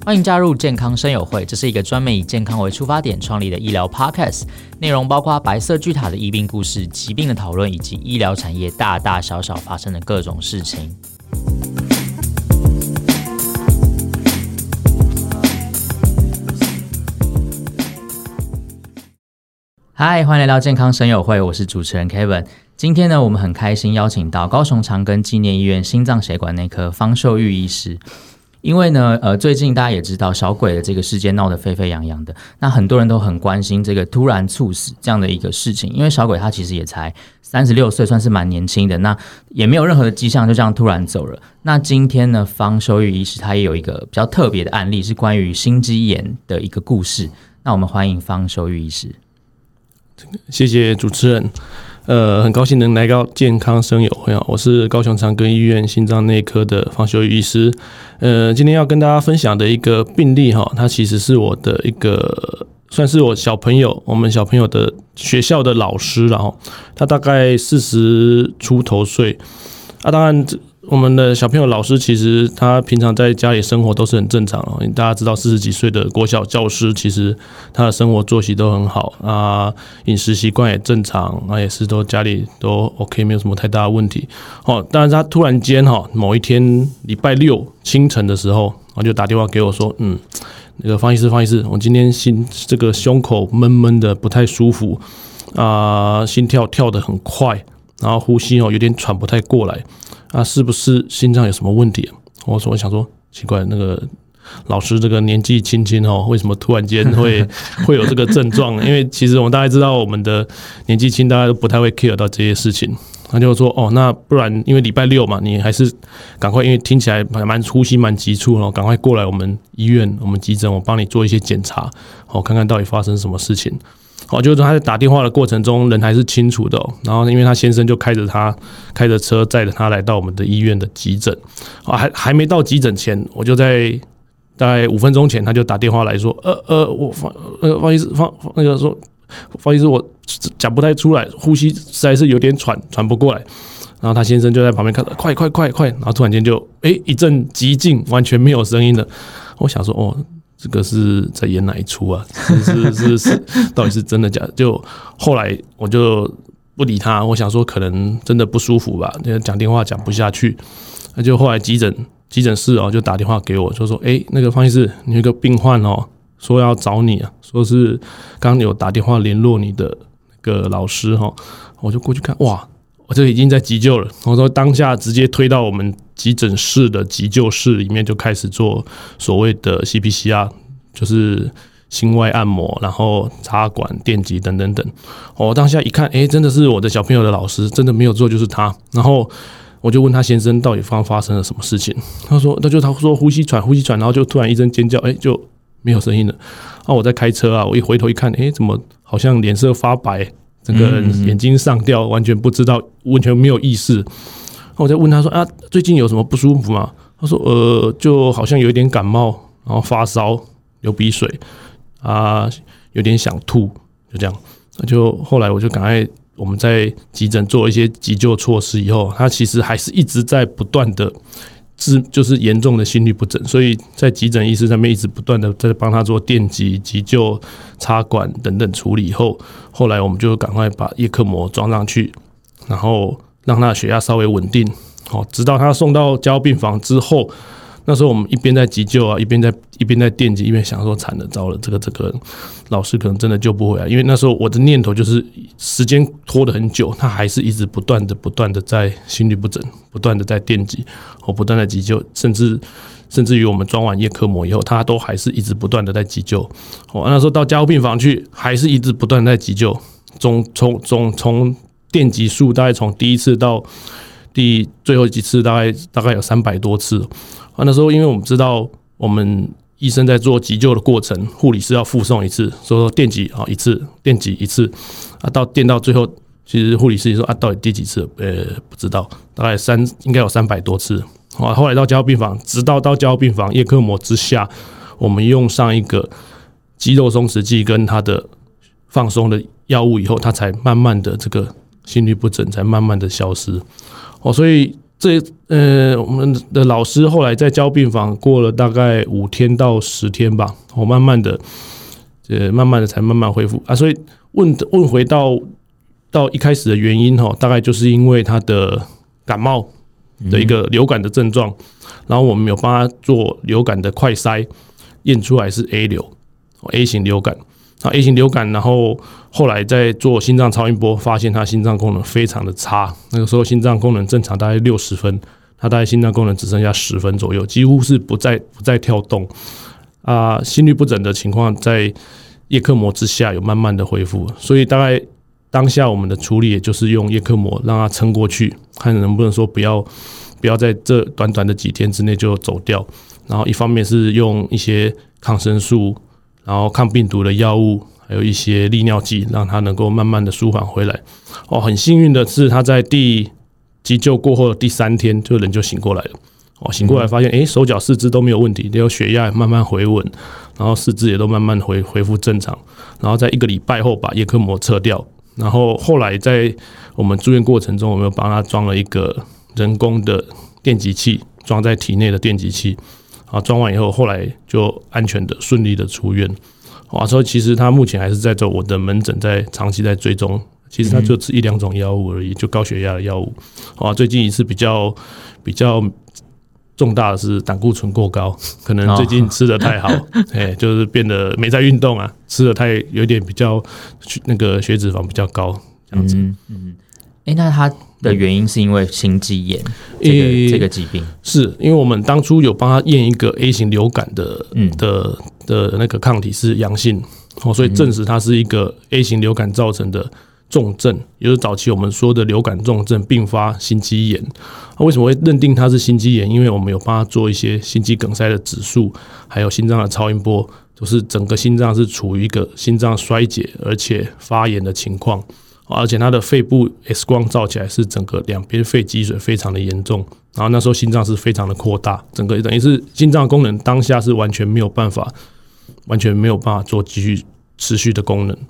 欢迎加入健康声友会，这是一个专门以健康为出发点创立的医疗 podcast， 内容包括白色巨塔的医病故事、疾病的讨论，以及医疗产业大大小小发生的各种事情。嗨，欢迎来到健康声友会，我是主持人 Kevin。今天呢，我们很开心邀请到高雄长庚纪念医院心脏血管内科方秀玉医师。因为呢，最近大家也知道小鬼的这个事件闹得沸沸扬扬的，那很多人都很关心这个突然猝死这样的一个事情。因为小鬼他其实也才36岁，算是蛮年轻的，那也没有任何的迹象就这样突然走了。那今天呢，方秀玉医师他也有一个比较特别的案例，是关于心肌炎的一个故事。那我们欢迎方秀玉医师。 谢谢主持人。很高兴能来到健康声友会，我是高雄长庚医院心脏内科的方秀玉医师。今天要跟大家分享的一个病例它其实是我的一个算是我我们小朋友的学校的老师，然后他大概40出头岁当然我们的小朋友老师其实他平常在家里生活都是很正常大家知道40几岁的国小教师，其实他的生活作息都很好饮食习惯也正常也是都家里都 OK， 没有什么太大的问题当然他突然间某一天礼拜六清晨的时候就打电话给我说那个方医师，我今天这个胸口闷闷的不太舒服心跳跳得很快，然后呼吸有点喘不太过来是不是心脏有什么问题我想说奇怪，那个老师这个年纪轻轻为什么突然间会有这个症状因为其实我们大概知道我们的年纪轻大家都不太会 care 到这些事情。他就说那不然因为礼拜六嘛，你还是赶快，因为听起来呼吸蛮急促赶快过来我们医院我们急诊，我帮你做一些检查看看到底发生什么事情。就是他在打电话的过程中人还是清楚的然后因为他先生就开着车载着他来到我们的医院的急诊还没到急诊前，我就在大概5分钟前他就打电话来说方医师方医师我讲不太出来，呼吸实在是有点喘不过来。然后他先生就在旁边看快，然后突然间就一阵寂静，完全没有声音了。我想说这个是在演哪一出啊？是，到底是真的假的？就后来我就不理他，我想说可能真的不舒服吧，讲电话讲不下去。那就后来急诊室就打电话给我，就说那个方医师，你有一个病患说要找你说是刚有打电话联络你的那个老师我就过去看，哇！我这个已经在急救了，我说当下直接推到我们急诊室的急救室里面，就开始做所谓的 CPCR， 就是心外按摩，然后插管、电击等等等。当下一看，真的是我的小朋友的老师，真的没有做就是他。然后我就问他先生到底发生了什么事情，他说呼吸喘，然后就突然一声尖叫，就没有声音了。我在开车我一回头一看，怎么好像脸色发白？整个人眼睛上吊，完全不知道，完全没有意识。我在问他说最近有什么不舒服吗？他说就好像有一点感冒，然后发烧、流鼻水有点想吐，就这样。那就后来我就赶快我们在急诊做一些急救措施以后，他其实还是一直在不断的就是严重的心律不整，所以在急诊医师上面一直不断的在帮他做电击、急救、插管等等处理以后，后来我们就赶快把叶克膜装上去，然后让他的血压稍微稳定直到他送到加护病房之后，那时候我们一边在急救一边在电击，一边想说惨了，糟了，这个老师可能真的救不回来。因为那时候我的念头就是时间拖得很久，他还是一直不断的在心律不整，不断的在电击，不断的急救，甚至于我们装完叶克膜以后，他都还是一直不断的在急救。那时候到加护病房去，还是一直不断的在急救，从电击数大概从第一次到最后几次大概有300多次。那时候因为我们知道我们医生在做急救的过程，护理师要复送一次，说电击一次，电击一次到电到最后，其实护理师也说到底第几次不知道，大概应该有300多次。后来到加护病房，直到加护病房叶克膜之下，我们用上一个肌肉松弛剂跟它的放松的药物以后，它才慢慢的这个心律不整才慢慢的消失。所以我们的老师后来在教病房过了大概5天到10天吧，慢慢的才慢慢恢复啊。所以问回到一开始的原因大概就是因为他的感冒的一个流感的症状，然后我们有帮他做流感的快筛，验出来是 A 型流感。A 型流感，然后后来在做心脏超音波，发现他心脏功能非常的差。那个时候心脏功能正常大概60分，他大概心脏功能只剩下10分左右，几乎是不再跳动啊。心律不整的情况在叶克膜之下有慢慢的恢复，所以大概当下我们的处理也就是用叶克膜让他撑过去，看能不能说不要在这短短的几天之内就走掉。然后一方面是用一些抗生素，然后抗病毒的药物，还有一些利尿剂，让他能够慢慢的舒缓回来。很幸运的是，他在急救过后的第3天，人就醒过来了。醒过来发现，手脚四肢都没有问题，只有血压慢慢回稳，然后四肢也都慢慢恢复正常。然后在1个礼拜后把叶克膜撤掉，然后后来在我们住院过程中，我们有帮他装了一个人工的电击器，装在体内的电击器。装完以后，后来就安全的、顺利的出院。所以其实他目前还是在我的门诊长期在追踪。其实他就吃1-2种药物而已，就高血压的药物。最近一次比较重大的是胆固醇过高，可能最近吃的太好，就是变得没在运动啊，吃的有点比较那个血脂肪比较高这样子。 那他的原因是因为心肌炎这个疾病， 是因为我们当初有帮他验一个 A 型流感的那个抗体是阳性，所以证实它是一个 A 型流感造成的重症，也就是早期我们说的流感重症并发心肌炎。为什么会认定它是心肌炎？因为我们有帮他做一些心肌梗塞的指数，还有心脏的超音波，就是整个心脏是处于一个心脏衰竭而且发炎的情况。而且他的肺部 X 光照起来是整个2边肺积水非常的严重，然后那时候心脏是非常的扩大，整个等于是心脏功能当下是完全没有办法做继续持续的功能。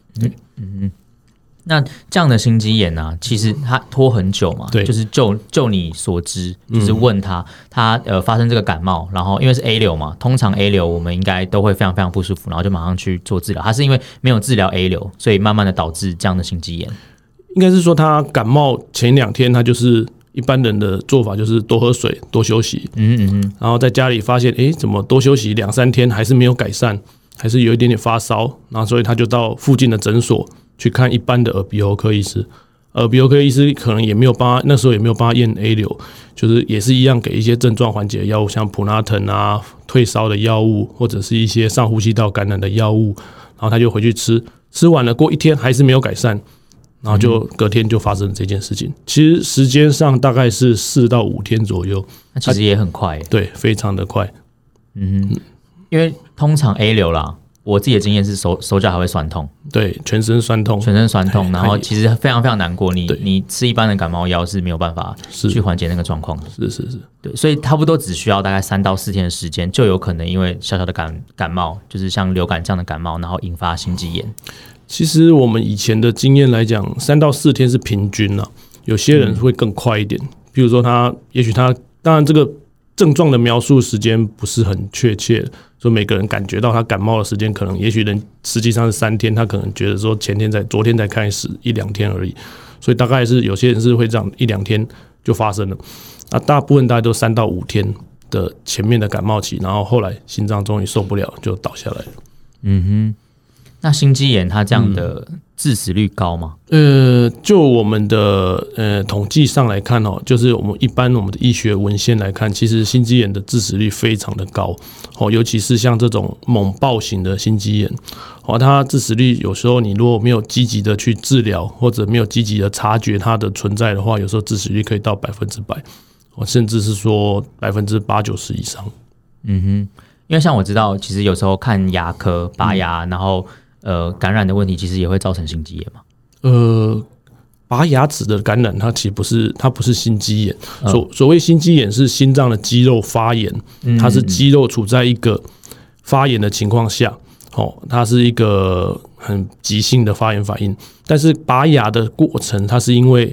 那这样的心肌炎啊，其实它拖很久嘛， 对， 就是就你所知，就是问他发生这个感冒，然后因为是 A 流嘛，通常 A 流我们应该都会非常非常不舒服，然后就马上去做治疗。他是因为没有治疗 A 流，所以慢慢的导致这样的心肌炎。 应该是说他感冒前2天，他就是一般人的做法就是多喝水、多休息，然后在家里发现，怎么多休息2-3天还是没有改善，还是有一点点发烧，然后所以他就到附近的诊所去看一般的耳鼻喉科医师。耳鼻喉科医师可能也没有帮他，那时候也没有帮他验 A 流，就是也是一样给一些症状缓解的药物，像普拿疼啊、退烧的药物，或者是一些上呼吸道感染的药物，然后他就回去吃完了，过1天还是没有改善，然后就隔天就发生了这件事情。其实时间上大概是4到5天左右， 那其实也很快耶。 对，非常的快。 因为通常 A 流啦，我自己的经验是手脚还会酸痛， 对，全身酸痛， 然后其实非常非常难过。你吃一般的感冒药是没有办法去缓解那个状况的， 是， 对，所以差不多只需要大概3到4天的时间，就有可能因为小小的感冒，就是像流感这样的感冒，然后引发心肌炎。 其实我们以前的经验来讲，3到4天是平均啦，有些人会更快一点。比如说也许他当然这个症状的描述时间不是很确切，所以每个人感觉到他感冒的时间可能也许实际上是3天，他可能觉得说昨天才开始1-2天而已，所以大概是有些人是会这样1-2天就发生了。大部分大概都3到5天的前面的感冒期，然后后来心脏终于受不了就倒下来了。 那心肌炎它这样的致死率高吗？ 就我们的统计上来看就是我们的医学文献来看，其实心肌炎的致死率非常的高尤其是像这种猛爆型的心肌炎它致死率有时候你如果没有积极的去治疗，或者没有积极的察觉它的存在的话，有时候致死率可以到100%，甚至是说80%-90%以上。 因为像我知道，其实有时候看牙科拔牙，然后感染的问题其实也会造成心肌炎嘛。 拔牙齿的感染它其实不是心肌炎，所谓心肌炎是心脏的肌肉发炎，它是肌肉处在一个发炎的情况下，它是一个很急性的发炎反应。但是拔牙的过程它是因为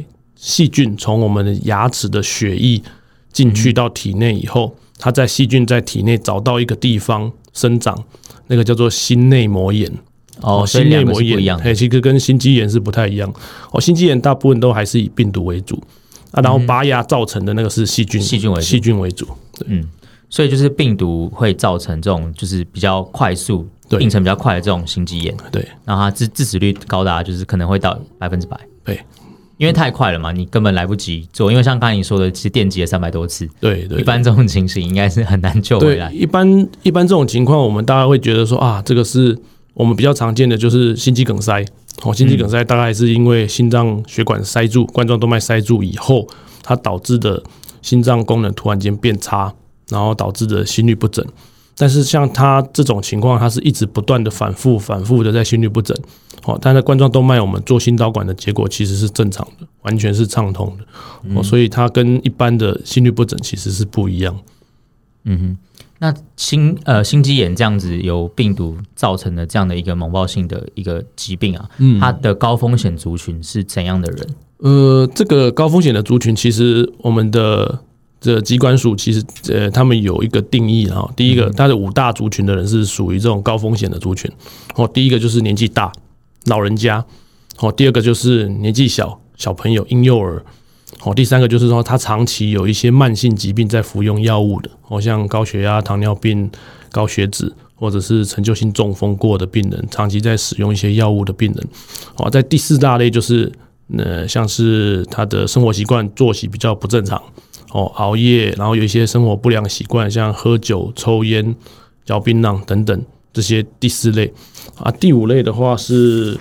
细菌从我们的牙齿的血液进去到体内以后，它在细菌在体内找到一个地方生长，那个叫做心内膜炎。 心内膜炎其实跟心肌炎是不太一样。心肌炎大部分都还是以病毒为主然后拔牙造成的那个是细菌为主。对， 所以就是病毒会造成这种就是比较快速病程比较快的这种心肌炎。 对， 然后它致死率高达就是可能会到100%。 对。 因为太快了嘛，你根本来不及做。因为像刚才你说的，其实电击了300多次， 对， 一般这种情形应该是很难救回来。 对，一般这种情况，我们大概会觉得说这个是我们比较常见的，就是心肌梗塞。心肌梗塞大概是因为心脏血管塞住，冠状动脉塞住以后，它导致的心脏功能突然间变差，然后导致的心律不整。但是像它这种情况，它是一直不断的反复的在心律不整。但在冠状动脉我们做心导管的结果其实是正常的，完全是畅通的。所以它跟一般的心律不整其实是不一样。 那心肌炎这样子由病毒造成的这样的一个猛暴性的一个疾病它的高风险族群是怎样的人？ 这个高风险的族群，其实我们的疾管署其实他们有一个定义第一个，它的5大族群的人是属于这种高风险的族群。第一个就是年纪大，老人家。第二个就是年纪小朋友，婴幼儿。第三个就是说他长期有一些慢性疾病在服用药物的，像高血压、糖尿病、高血脂，或者是陈旧性中风过的病人，长期在使用一些药物的病人。在第4大类就是像是他的生活习惯作息比较不正常，熬夜，然后有一些生活不良习惯，像喝酒、抽烟、嚼槟榔等等，这些第4类。第5类的话是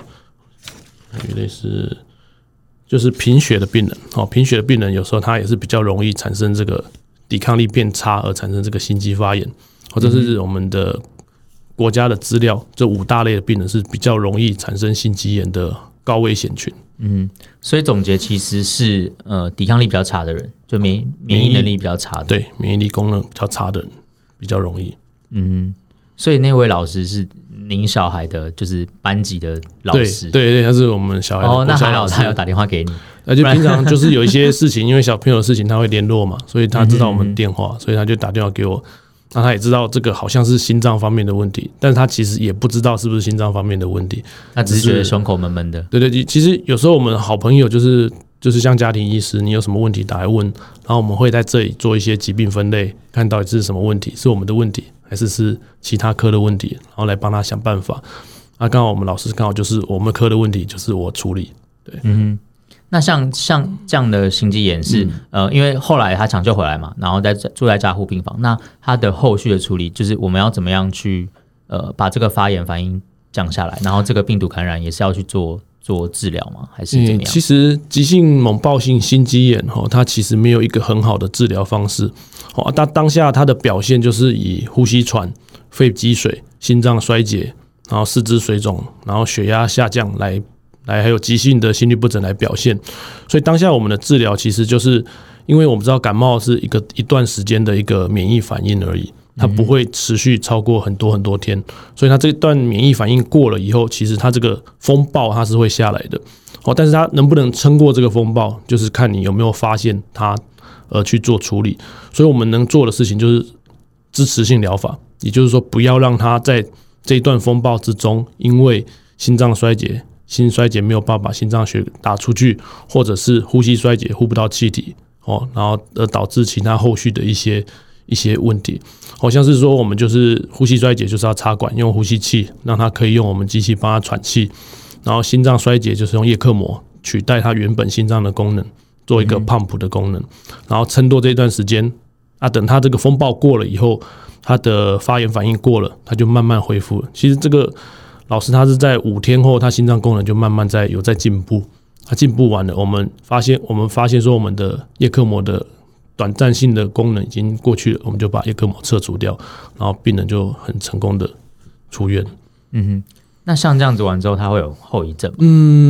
就是贫血的病人。贫血的病人有时候他也是比较容易产生这个抵抗力变差，而产生这个心肌发炎。这是我们的国家的资料，这5大类的病人是比较容易产生心肌炎的高危险群。 所以总结其实是抵抗力比较差的人，就免疫能力比较差的， 对，免疫力功能比较差的人比较容易。 所以那位老师是您小孩的，就是班级的老师。 对，他是我们小孩的国小老师。 那还好，他有打电话给你。 就平常就是有一些事情，因为小朋友的事情他会联络嘛，所以他知道我们电话，所以他就打电话给我。那他也知道这个好像是心脏方面的问题，但是他其实也不知道是不是心脏方面的问题， 他只是觉得胸口闷闷的。 对，其实有时候我们好朋友就是像家庭医师，你有什么问题打来问，然后我们会在这里做一些疾病分类，看到底是什么问题，是我们的问题，还是其他科的问题，然后来帮他想办法。刚好我们老师刚好就是我们科的问题，就是我处理。对， 那像这样的心肌炎是因为后来他抢救回来嘛，然后住在加护病房，那他的后续的处理就是我们要怎么样去把这个发炎反应降下来，然后这个病毒感染也是要去做治疗吗？还是怎么样？ 其实急性猛暴性心肌炎它其实没有一个很好的治疗方式。当下它的表现就是以呼吸喘、肺积水、心脏衰竭，然后四肢水肿，然后血压下降来还有急性的心律不整来表现。所以当下我们的治疗其实就是因为我们知道感冒是一段时间的一个免疫反应而已，它不会持续超过很多天，所以它这段免疫反应过了以后，其实它这个风暴它是会下来的。但是它能不能撑过这个风暴，就是看你有没有发现它而去做处理。所以我们能做的事情就是支持性疗法，也就是说不要让它在这一段风暴之中，因为心脏衰竭、心衰竭没有办法把心脏血打出去，或者是呼吸衰竭呼不到气体，然后导致其他后续的一些问题。像是说我们就是呼吸衰竭就是要插管用呼吸器，让它可以用我们机器帮它喘气，然后心脏衰竭就是用叶克膜取代它原本心脏的功能，做一个 pump 的功能，然后撑多这段时间等它这个风暴过了以后，它的发炎反应过了，它就慢慢恢复了。其实这个老师他是在5天后，他心脏功能就慢慢有在进步。他进步完了，我们发现说我们的叶克膜的短暂性的功能已经过去了，我们就把叶克膜撤除掉，然后病人就很成功的出院。 那像这样子完之后，他会有后遗症吗？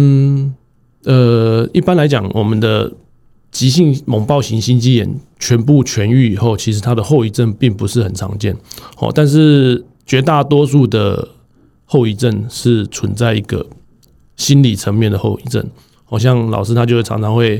一般来讲，我们的急性猛暴型心肌炎全部痊愈以后，其实它的后遗症并不是很常见。但是绝大多数的后遗症是存在一个心理层面的后遗症。像老师他就会常常会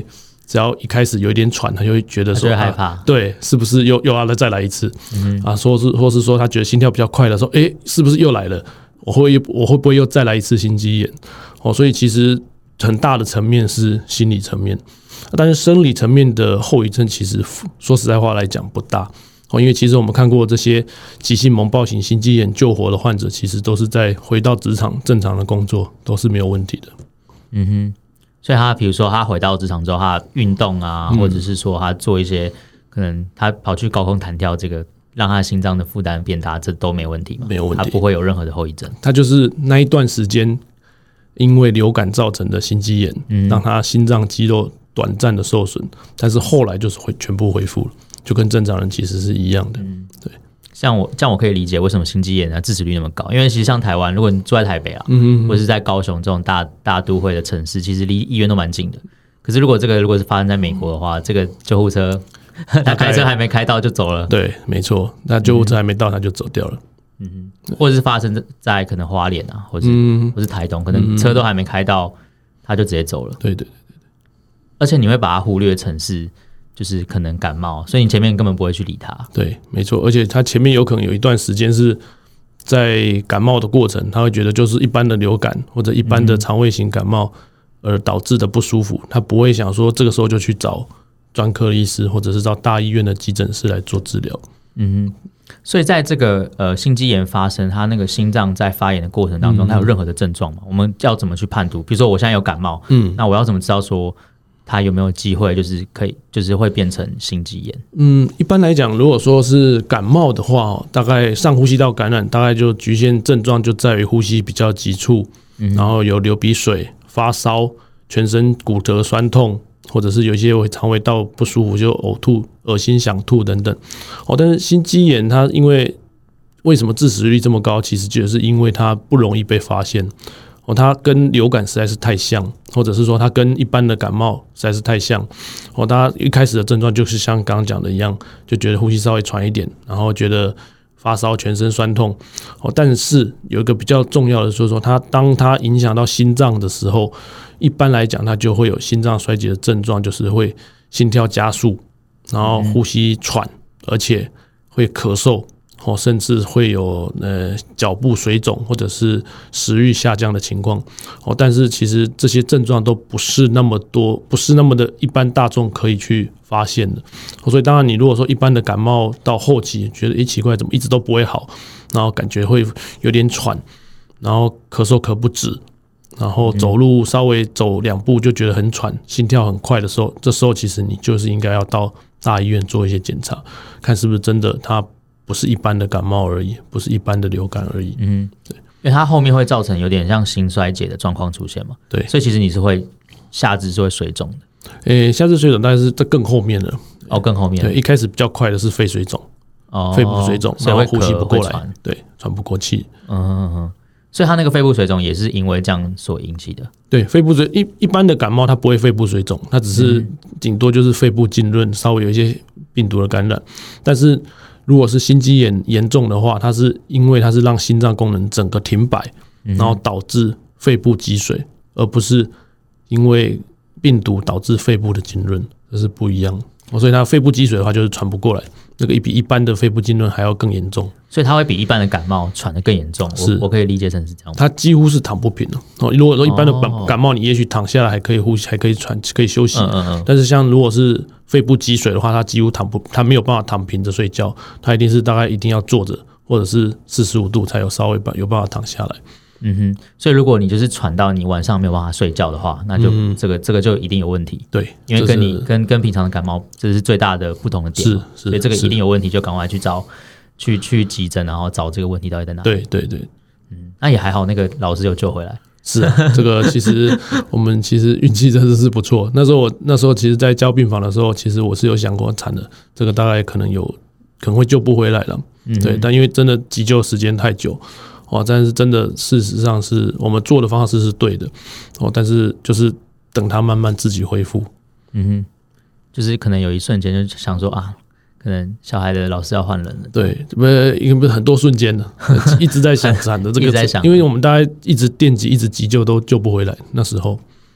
只要一开始有一点喘，他就会觉得说他就会害怕， 对，是不是又要再来一次？或是说他觉得心跳比较快的时候，是不是又来了？我会不会又再来一次心肌炎？所以其实很大的层面是心理层面，但是生理层面的后遗症其实说实在话来讲不大。因为其实我们看过这些急性猛暴型心肌炎救活的患者，其实都是在回到职场正常的工作，都是没有问题的。 所以他比如说他回到职场之后，他运动啊，或者是说他做一些可能他跑去高空弹跳，这个让他心脏的负担变大，这都没问题吗？ 没有问题， 他不会有任何的后遗症。 他就是那一段时间因为流感造成的心肌炎，让他心脏肌肉短暂的受损，但是后来就是会全部恢复了。就跟正常人其实是一样的，对。 像我可以理解为什么心肌炎致死率那么高，因为其实像台湾，如果你住在台北啊，或者是在高雄这种大都会的城市，其实离医院都蛮近的。可是如果是发生在美国的话，这个救护车他开车还没开到就走了， 对，没错，那救护车还没到他就走掉了， 或者是发生在可能花莲啊，或是台东，可能车都还没开到，他就直接走了， 对。 而且你会把它忽略成是。就是可能感冒，所以你前面根本不会去理他。 对，没错，而且他前面有可能有一段时间是在感冒的过程，他会觉得就是一般的流感或者一般的肠胃型感冒而导致的不舒服，他不会想说这个时候就去找专科医师或者是到大医院的急诊室来做治疗。 所以在这个心肌炎发生，他那个心脏在发炎的过程当中，他有任何的症状吗？我们要怎么去判读？比如说我现在有感冒，那我要怎么知道说？他有没有机会就是会变成心肌炎？ 一般来讲，如果说是感冒的话，大概上呼吸道感染，大概就局限症状就在于呼吸比较急促，然后有流鼻水、发烧、全身骨骼酸痛，或者是有一些肠胃道不舒服，就呕吐、恶心、想吐等等。但是心肌炎它为什么致死率这么高？其实就是因为它不容易被发现。它跟流感实在是太像，或者是说它跟一般的感冒实在是太像。它一开始的症状就是像刚刚讲的一样，就觉得呼吸稍微喘一点，然后觉得发烧、全身酸痛。但是有一个比较重要的，就是说当它影响到心脏的时候，一般来讲它就会有心脏衰竭的症状，就是会心跳加速，然后呼吸喘，而且会咳嗽。甚至会有脚部水肿或者是食欲下降的情况。但是其实这些症状都不是那么多，不是那么的一般大众可以去发现的。所以当然你如果说一般的感冒到后期觉得奇怪怎么一直都不会好，然后感觉会有点喘，然后咳嗽咳不止，然后走路稍微走2步就觉得很喘，心跳很快的时候，这时候其实你就是应该要到大医院做一些检查，看是不是真的它不是一般的感冒而已，不是一般的流感而已。对， 因为它后面会造成有点像心衰竭的状况出现嘛。 对， 所以其实你是会下肢是会水肿的。 下肢水肿，但是这更后面了。 更后面。 对，一开始比较快的是肺水肿，肺部水肿，然后呼吸不过来，对，喘不过气。 所以他那个肺部水肿也是因为这样所引起的。 对，肺部一般的感冒它不会肺部水肿，它只是顶多就是肺部浸润，稍微有一些病毒的感染，但是。如果是心肌炎严重的话，它是因为它是让心脏功能整个停摆，然后导致肺部积水，而不是因为病毒导致肺部的浸润，这是不一样。所以它肺部积水的话，就是喘不过来，那个比一般的肺部浸润还要更严重。 所以它会比一般的感冒喘得更严重。我可以理解成是这样。 它几乎是躺不平了。如果说一般的感冒，你也许躺下来还可以呼吸，还可以喘，可以休息。但是像如果是肺部积水的话，它几乎它没有办法躺平着睡觉，它一定是大概一定要坐着，或者是45度才有稍微有办法躺下来。 所以如果你就是喘到你晚上没有办法睡觉的话，那就这个就一定有问题。 对， 因为跟你跟平常的感冒这是最大的不同的点。所以这个一定有问题，就赶快去找去急诊，然后找这个问题到底在哪里。 对， 那也还好，那个老师有救回来。 是啊，这个其实我们其实运气真的是不错。那时候其实在交病房的时候，其实我是有想过惨的，这个大概可能会救不回来了。对，但因为真的急救时间太久。但是真的，事实上是我们做的方式是对的，但是就是等他慢慢自己恢复。 就是可能有一瞬间就想说啊，可能小孩的老师要换人了。 对，因为很多瞬间的，一直在想惨的这个，因为我们大概一直电击、一直急救都救不回来，那时候。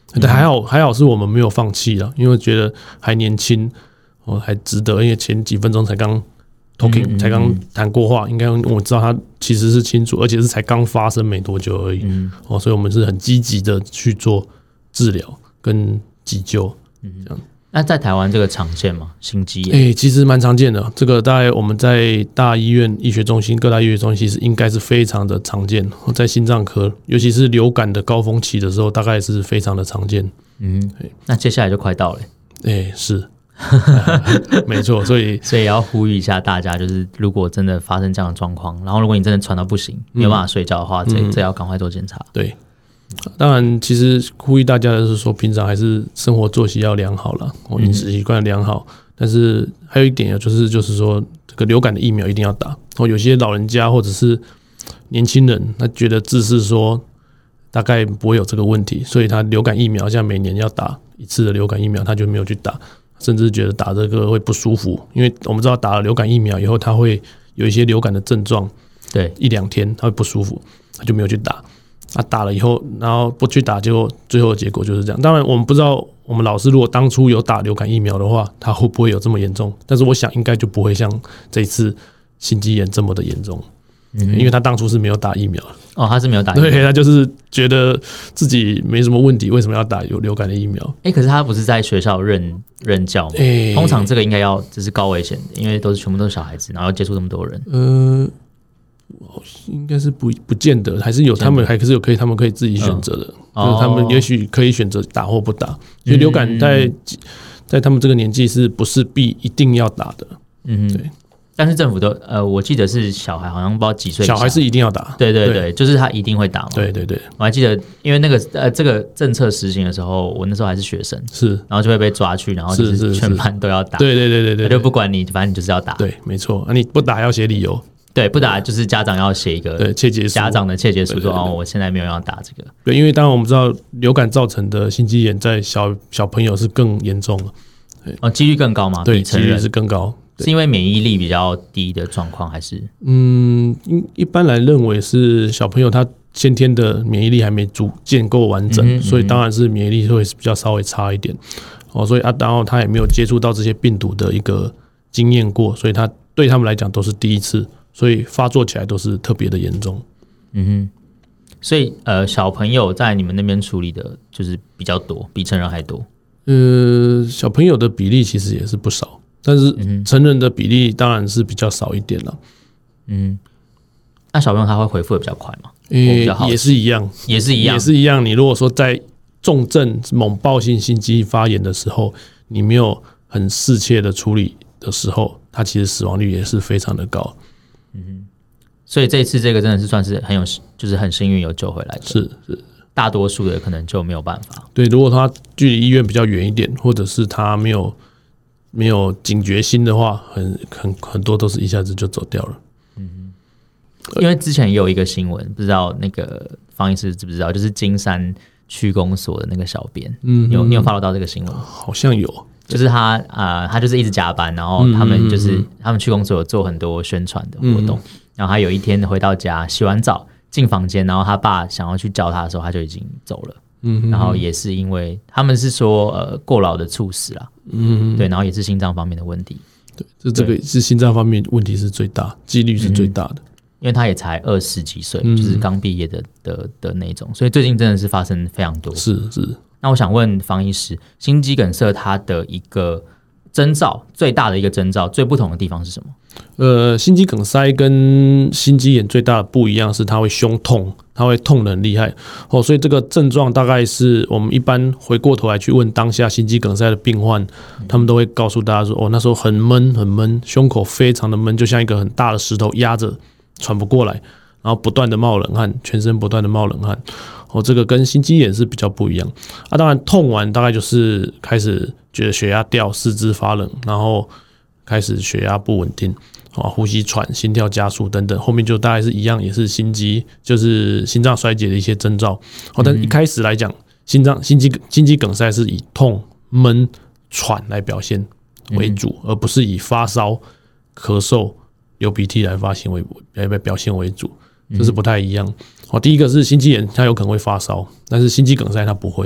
但还好是我们没有放弃了，因为觉得还年轻，还值得。因为前几分钟才刚 talking，才刚谈过话，应该我知道他其实是清楚，而且是才刚发生没多久而已。所以我们是很积极的去做治疗跟急救，这样。 那在台湾这个常见吗？心肌炎？ 其实蛮常见的。这个大概我们在大医院医学中心、各大医学中心，其实应该是非常的常见。在心脏科，尤其是流感的高峰期的时候，大概是非常的常见。 那接下来就快到了。 是，没错。所以也要呼吁一下大家，就是如果真的发生这样的状况，然后如果你真的喘到不行，没有办法睡觉的话，这要赶快做检查。 对。当然，其实呼吁大家的是说，平常还是生活作息要良好啦，饮食习惯良好。但是还有一点就是说，这个流感的疫苗一定要打。有些老人家或者是年轻人，他觉得自视说大概不会有这个问题，所以他流感疫苗像每年要打一次的流感疫苗，他就没有去打，甚至觉得打这个会不舒服，因为我们知道打了流感疫苗以后，他会有一些流感的症状，对，1-2天他会不舒服，他就没有去打。打了以后，然后不去打，结果最后的结果就是这样。当然，我们不知道我们老师如果当初有打流感疫苗的话，他会不会有这么严重？但是我想应该就不会像这一次心肌炎这么的严重，因为他当初是没有打疫苗的。 他是没有打疫苗， 对，他就是觉得自己没什么问题，为什么要打有流感的疫苗？ 可是他不是在学校任教吗？通常这个应该这是高危险的，因为全部都是小孩子，然后要接触这么多人。 应该是不见得，还是有他们还是有他们可以自己选择的，就是他们也许可以选择打或不打。所以流感在他们这个年纪是不是一定要打的？对。 但是政府都我记得是小孩好像不知道几岁， 小孩是一定要打。 对，就是他一定会打嘛。 对， 我还记得，因为那个这个政策实行的时候，我那时候还是学生，然后就会被抓去，然后就是全班都要打。 对， 他就不管你，反正你就是要打。 对，没错。你不打还要写理由。 对，不打就是家长要写一个切结书， 家长的切结书说我现在没有要打这个。 对，因为当然我们知道流感造成的心肌炎在小朋友是更严重了， 几率更高吗？ 对，几率是更高。 是因为免疫力比较低的状况，还是？ 一般来认为是小朋友他先天的免疫力还没建构完整，所以当然是免疫力会比较稍微差一点。所以然后他也没有接触到这些病毒的一个经验过，所以他对他们来讲都是第一次。所以发作起来都是特别的严重。 所以小朋友在你们那边处理的就是比较多，比成人还多。 小朋友的比例其实也是不少，但是成人的比例当然是比较少一点了。 那小朋友他会恢复的比较快吗？ 也是一样。你如果说在重症猛暴性心肌发炎的时候，你没有很适切的处理的时候，它其实死亡率也是非常的高。 所以这一次这个真的是算是就是很幸运有救回来的。是，大多数的可能就没有办法。对， 如果他距离医院比较远一点，或者是他没有警觉心的话，很多都是一下子就走掉了。 因为之前也有一个新闻，不知道那个方医师知不知道，就是金山区公所的那个小编，你有 follow 到这个新闻？ 好像有。 就是他就是一直加班，然后他们区公所有做很多宣传的活动，然后他有一天回到家洗完澡进房间，然后他爸想要去叫他的时候，他就已经走了。然后也是因为他们是说过劳的猝死啦，对，然后也是心脏方面的问题。 对，这个是心脏方面问题是最大，几率是最大的。 因为他也才20几岁，就是刚毕业的那种，所以最近真的是发生非常多。是。那我想问方医师，心肌梗塞它的一个征兆，最大的一个征兆，最不同的地方是什么？ 心肌梗塞跟心肌炎最大的不一样是它会胸痛，它会痛得很厉害。所以这个症状大概是我们一般回过头来去问当下心肌梗塞的病患，他们都会告诉大家说，那时候很闷，胸口非常的闷，就像一个很大的石头压着，喘不过来，然后不断的冒冷汗，全身不断的冒冷汗。这个跟心肌炎是比较不一样。当然痛完大概就是开始觉得血压掉，四肢发冷，然后开始血压不稳定，呼吸喘，心跳加速等等，后面就大概是一样，也是就是心脏衰竭的一些征兆。但一开始来讲，心肌梗塞是以痛、闷、喘来表现为主，而不是以发烧、咳嗽、流鼻涕来表现为主。这是不太一样。第一个是心肌炎，它有可能会发烧，但是心肌梗塞它不会。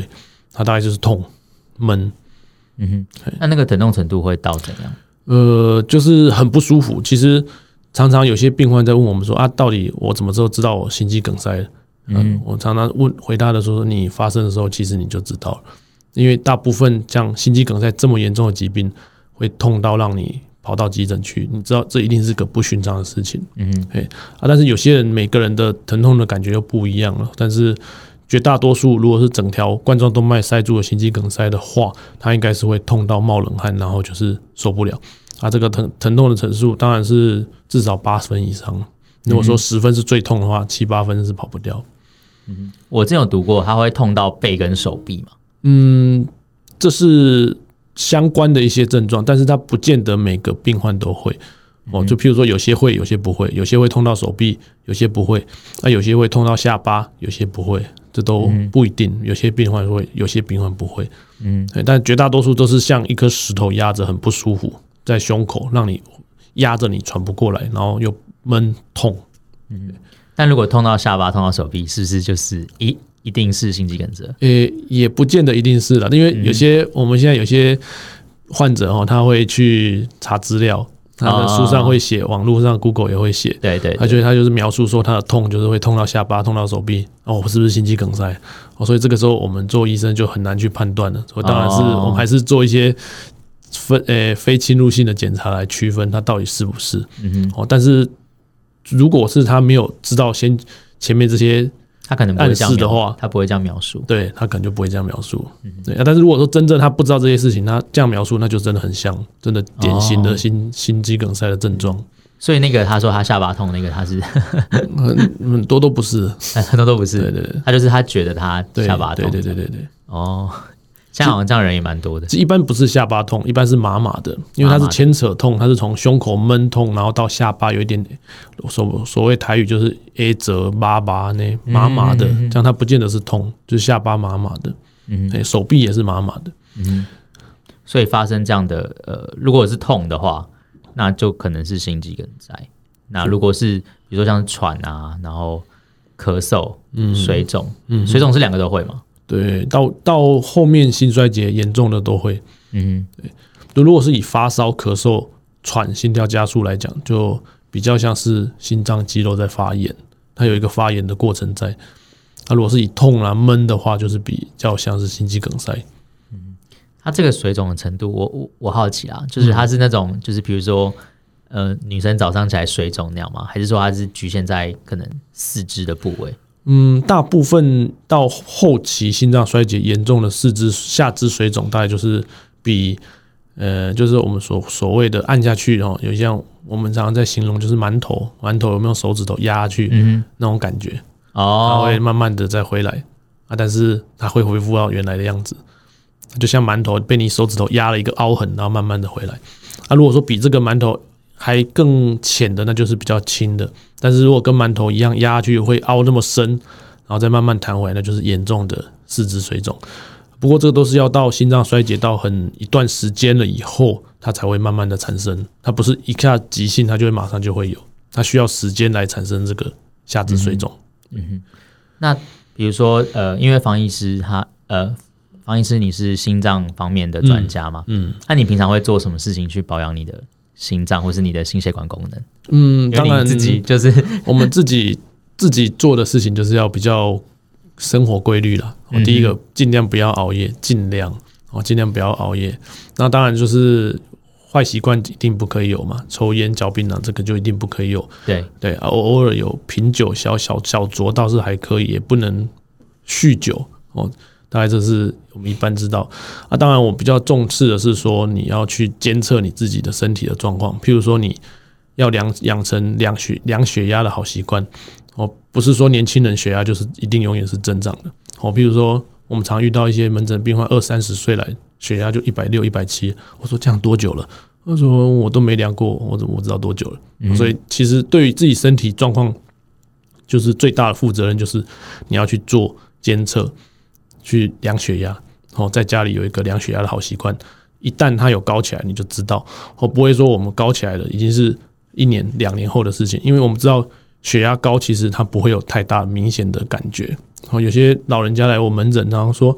它大概就是痛、闷。 那个疼痛程度会到怎样？ 就是很不舒服。其实常常有些病患在问我们说啊，到底我怎么时候知道我心肌梗塞了？我常常回答的说，你发生的时候，其实你就知道了。因为大部分像心肌梗塞这么严重的疾病，会痛到让你跑到急诊去，你知道这一定是个不寻常的事情。但是有些人每个人的疼痛的感觉又不一样了。但是绝大多数如果是整条冠状动脉塞住的心肌梗塞的话，它应该是会痛到冒冷汗，然后就是受不了。这个疼痛的程度当然是至少8分以上。如果说10分是最痛的话，7、8分是跑不掉。 我之前有读过，它会痛到背跟手臂嘛？ 这是相关的一些症状，但是它不见得每个病患都会。就譬如说有些会，有些不会，有些会痛到手臂，有些不会，有些会痛到下巴，有些不会，这都不一定。有些病患会，有些病患不会。但绝大多数都是像一颗石头压着，很不舒服，在胸口让你压着你喘不过来，然后又闷痛。 但如果痛到下巴、痛到手臂，是不是就是一定是心肌梗塞？ 也不见得一定是啦，因为有些我们现在有些患者他会去查资料，他的书上会写，网络上 Google 也会写， 对， 他就是描述说他的痛就是会痛到下巴、痛到手臂，是不是心肌梗塞？所以这个时候我们做医生就很难去判断了。所以当然是我们还是做一些非侵入性的检查来区分它到底是不是。但是如果是他没有知道前面这些他可能不会这样暗示的话， 他不会这样描述， 对，他可能就不会这样描述。对，但是如果说真正他不知道这些事情，他这样描述，那就真的很像，真的典型的心肌梗塞的症状。 所以那个他说他下巴痛，那个他是很多都不是， 很多都不是。 对， 他就是他觉得他下巴痛。 对。 现在好像这样人也蛮多的。 一般不是下巴痛，一般是麻麻的，因为它是牵扯痛，它是从胸口闷痛，然后到下巴有一点所谓台语就是 A 折麻麻呢，麻麻的，这样它不见得是痛，就是下巴麻麻的。手臂也是麻麻的。 所以发生这样的如果是痛的话，那就可能是心肌梗塞。那如果是比如说像喘啊，然后咳嗽、水肿，水肿是2个都会吗？ 对，到后面心衰竭严重的都会。对，如果是以发烧、咳嗽、喘、心跳加速来讲，就比较像是心脏肌肉在发炎，它有一个发炎的过程在。如果是以痛啊闷的话，就是比较像是心肌梗塞。 它这个水肿的程度，我好奇啦，就是它是那种，就是比如说女生早上起来水肿那样吗？还是说它是局限在可能四肢的部位？ 大部分到后期心脏衰竭严重的下肢水肿，大概就是比就是我们所谓的按下去有像我们常常在形容就是馒头有没有手指头压下去那种感觉，它会慢慢的再回来但是它会恢复到原来的样子，就像馒头被你手指头压了一个凹痕，然后慢慢的回来。如果说比这个馒头还更浅的，那就是比较轻的。但是如果跟馒头一样压下去会凹那么深，然后再慢慢弹回来，那就是严重的四肢水肿。不过这个都是要到心脏衰竭到一段时间了以后，它才会慢慢的产生。它不是一下急性，它就会马上就会有，它需要时间来产生这个下肢水肿。 那比如说因为方医师你是心脏方面的专家嘛？那你平常会做什么事情去保养你的心脏或是你的心血管功能？ 当然自己就是我们自己做的事情就是要比较生活规律啦。第一个尽量不要熬夜，尽量不要熬夜。那当然就是坏习惯一定不可以有嘛，抽烟、嚼槟榔这个就一定不可以有。对，偶尔有品酒小酌倒是还可以，也不能酗酒大概这是我们一般知道当然我比较重视的是说你要去监测你自己的身体的状况，譬如说你要养成量血压的好习惯不是说年轻人血压就是一定永远是正常的譬如说我们常遇到一些门诊病患20-30岁来血压就160、170，我说这样多久了？他说我都没量过，我怎么知道多久了？所以其实对于自己身体状况，就是最大的负责任就是你要去做监测，去量血压，在家里有一个量血压的好习惯。一旦它有高起来，你就知道，不会说我们高起来了已经是1年、2年后的事情，因为我们知道血压高其实它不会有太大明显的感觉。有些老人家来我门诊，然后说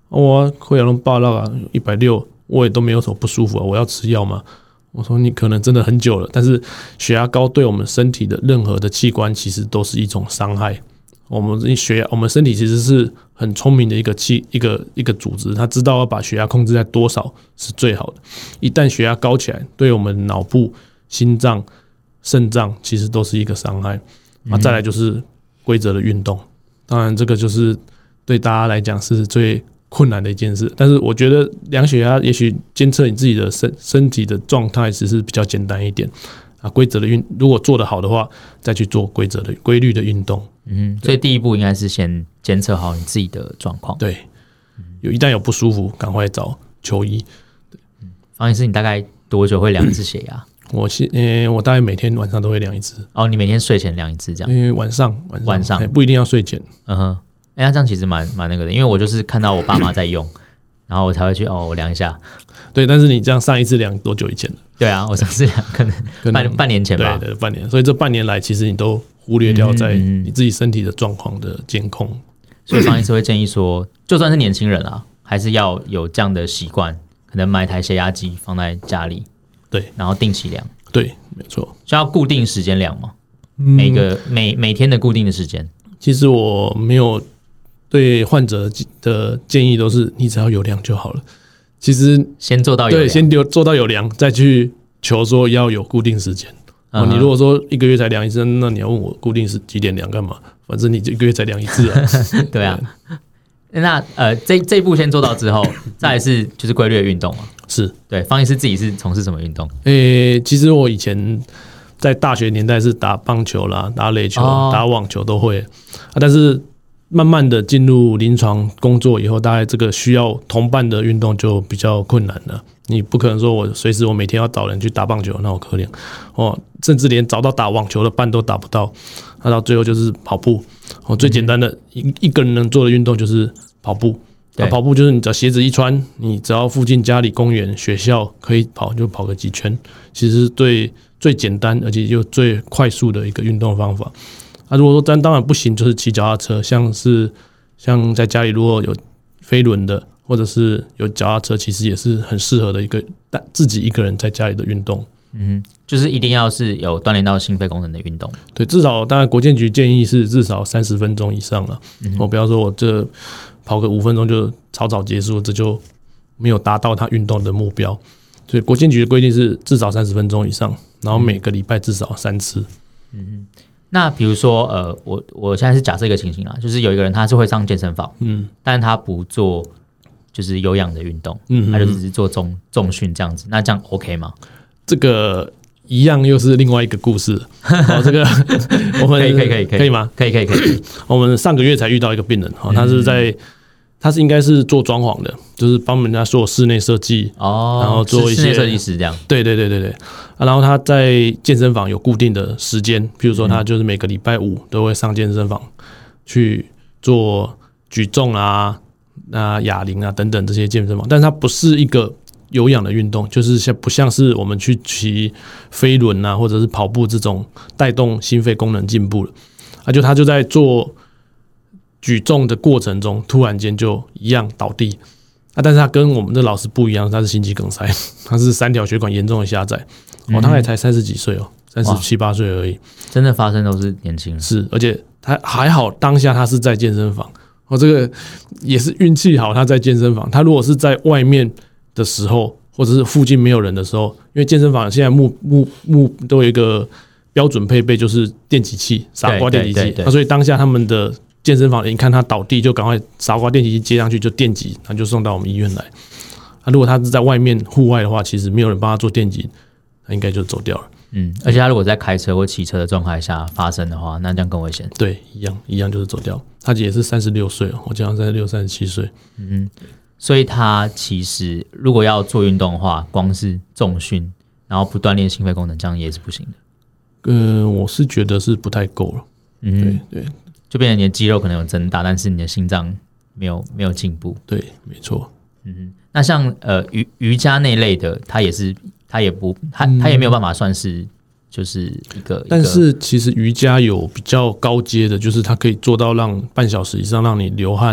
我血压都爆到啊160，我也都没有什么不舒服啊，我要吃药吗？我说你可能真的很久了，但是血压高对我们身体的任何的器官其实都是一种伤害。我们身体其实是很聪明的一个组织，它知道要把血压控制在多少是最好的。一旦血压高起来，对我们脑部、心脏、肾脏其实都是一个伤害。再来就是规则的运动，当然这个就是对大家来讲是最困难的一件事。但是我觉得量血压，也许监测你自己的身体的状态，只是比较简单一点。规则的如果做得好的话，再去做规律的运动。 所以第一步应该是先监测好你自己的状况。 对，一旦有不舒服，赶快找求医。 方医师，你大概多久会量一次血压？ 我大概每天晚上都会量一次。 哦，你每天睡前量一次这样？ 因为晚上不一定要睡前。 那这样其实蛮那个的，因为我就是看到我爸妈在用，然后我才会去我量一下。 对，但是你这样上一次量多久以前？ 对啊，我上次量可能半年前吧。 对，半年。所以这半年来，其实你都忽略掉在你自己身体的状况的监控。 所以方医师会建议说，就算是年轻人啊，还是要有这样的习惯，可能买台血压机放在家里， 对， 然后定期量。 对，没错。 需要固定时间量吗？每天的固定的时间？ 其实我没有对患者的建议都是你只要有量就好了。其实先做到有量， 对，先做到有量，再去求说要有固定时间。你如果说一个月才量一次，那你要问我固定是几点量干嘛？反正你一个月才量一次啊。 对啊。那这一步先做到之后，再来是就是规律的运动嘛。是，对。方医师自己是从事什么运动？ 其实我以前在大学年代是打棒球啦、打垒球、打网球都会但是慢慢的进入临床工作以后，大概这个需要同伴的运动就比较困难了。你不可能说我随时我每天要找人去打棒球，那我可怜甚至连找到打网球的伴都打不到。那到最后就是跑步。最简单的一个人能做的运动就是跑步。跑步就是你只要鞋子一穿，你只要附近家里、公园、学校可以跑，就跑个几圈。其实对最简单而且又最快速的一个运动方法。如果说当然不行，就是骑脚踏车，像在家里如果有飞轮的，或者是有脚踏车，其实也是很适合的一个自己一个人在家里的运动。 就是一定要是有锻炼到心肺功能的运动。 对，至少当然国健局建议是至少30分钟以上了。不要说我这跑个5分钟就草草结束，这就没有达到他运动的目标。所以国健局的规定是至少30分钟以上，然后每个礼拜至少3次。 那比如说我现在是假设一个情形啦，就是有一个人他是会上健身房，但他不做就是有氧的运动，他就只是做重训这样子，那这样 OK 吗？ 这个一样又是另外一个故事。这个我们可以吗？ 可以。 我们上个月才遇到一个病人，他是应该是做装潢的，就是帮人家做室内设计，然后做一些室内设计师这样。对。 然后他在健身房有固定的时间，譬如说他就是每个礼拜5都会上健身房去做举重啊、哑铃啊等等这些健身房，但是它不是一个有氧的运动，就是不像是我们去骑飞轮啊，或者是跑步这种带动心肺功能进步了。他就在做举重的过程中，突然间就一样倒地。但是他跟我们的老师不一样，他是心肌梗塞，他是3条血管严重的狭窄。他也才30几岁37、8岁而已。 真的发生都是年轻人。 是，而且他还好，当下他是在健身房。这个也是运气好，他在健身房。他如果是在外面的时候，或者是附近没有人的时候，因为健身房现在都有一个标准配备，就是电击器、傻瓜电击器。所以当下他们的健身房，你看他倒地就赶快傻瓜电击器接上去就电击，他就送到我们医院来。如果他是在外面户外的话，其实没有人帮他做电击，他应该就走掉了。 而且他如果在开车或骑车的状态下发生的话，那这样更危险。 对，一样就是走掉。他也是36岁，我讲36、37岁。 所以他其实如果要做运动的话，光是重训，然后不锻炼心肺功能，这样也是不行的。 我是觉得是不太够了。对， 就变成你的肌肉可能有增大，但是你的心脏没有进步。 对，没错。 那像瑜伽那类的，他也没有办法算是就是一个。 但是其实瑜伽有比较高阶的，就是它可以做到让半小时以上让你流汗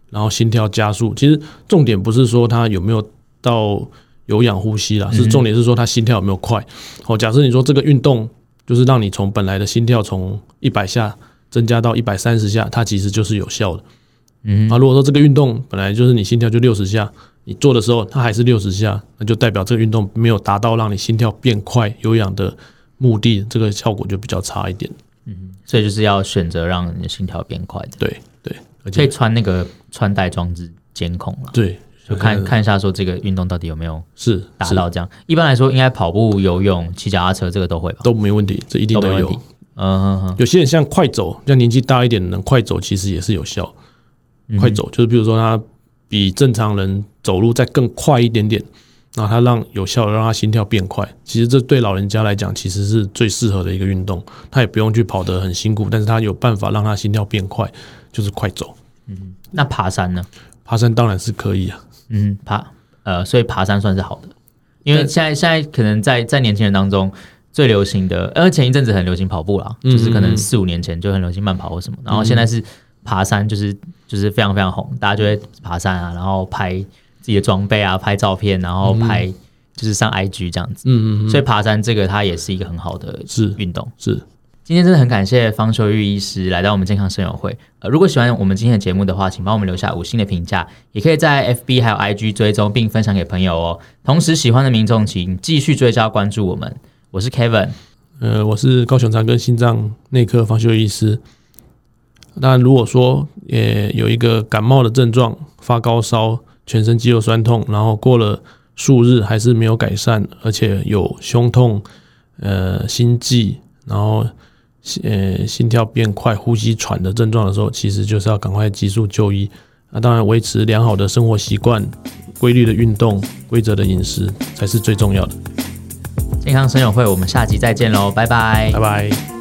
然后心跳加速。其实重点不是说他有没有到有氧呼吸啦，是重点是说他心跳有没有快。假设你说这个运动就是让你从本来的心跳从100下增加到130下，它其实就是有效的。如果说这个运动本来就是你心跳就60下，你做的时候它还是60下，那就代表这个运动没有达到让你心跳变快有氧的目的，这个效果就比较差一点。 所以就是要选择让你的心跳变快的。 对，而且可以穿那个穿戴装置监控了。 对， 就看一下说这个运动到底有没有是达到这样。一般来说，应该跑步、游泳、骑脚踏车这个都会吧？ 都没问题，这一定都有。有些人像快走，像年纪大一点的人，快走其实也是有效。快走就是比如说他比正常人走路再更快一点点，然后他有效的让他心跳变快。其实这对老人家来讲，其实是最适合的一个运动。他也不用去跑得很辛苦，但是他有办法让他心跳变快，就是快走。 那爬山呢？ 爬山当然是可以啊。 所以爬山算是好的，因为现在可能在年轻人当中最流行的，前一阵子很流行跑步啦，就是可能4-5年前就很流行慢跑或什么，然后现在是爬山，就是非常非常红，大家就会爬山啊，然后拍自己的装备啊，拍照片，然后拍就是上 IG 这样子。所以爬山这个它也是一个很好的运动。 是。 今天真的很感谢方秀玉医师来到我们健康声友会。如果喜欢我们今天的节目的话，请帮我们留下5星的评价，也可以在 FB 还有 IG 追踪并分享给朋友哦。同时喜欢的民众请继续追加关注我们。我是 Kevin， 我是高雄长庚心脏内科方秀玉医师。当然如果说有一个感冒的症状，发高烧、全身肌肉酸痛，然后过了数日还是没有改善，而且有胸痛、心悸，然后心跳变快、呼吸喘的症状的时候，其实就是要赶快急速就医。当然维持良好的生活习惯、规律的运动、规则的饮食才是最重要的。 健康声友会，我们下集再见喽，拜拜， 拜拜。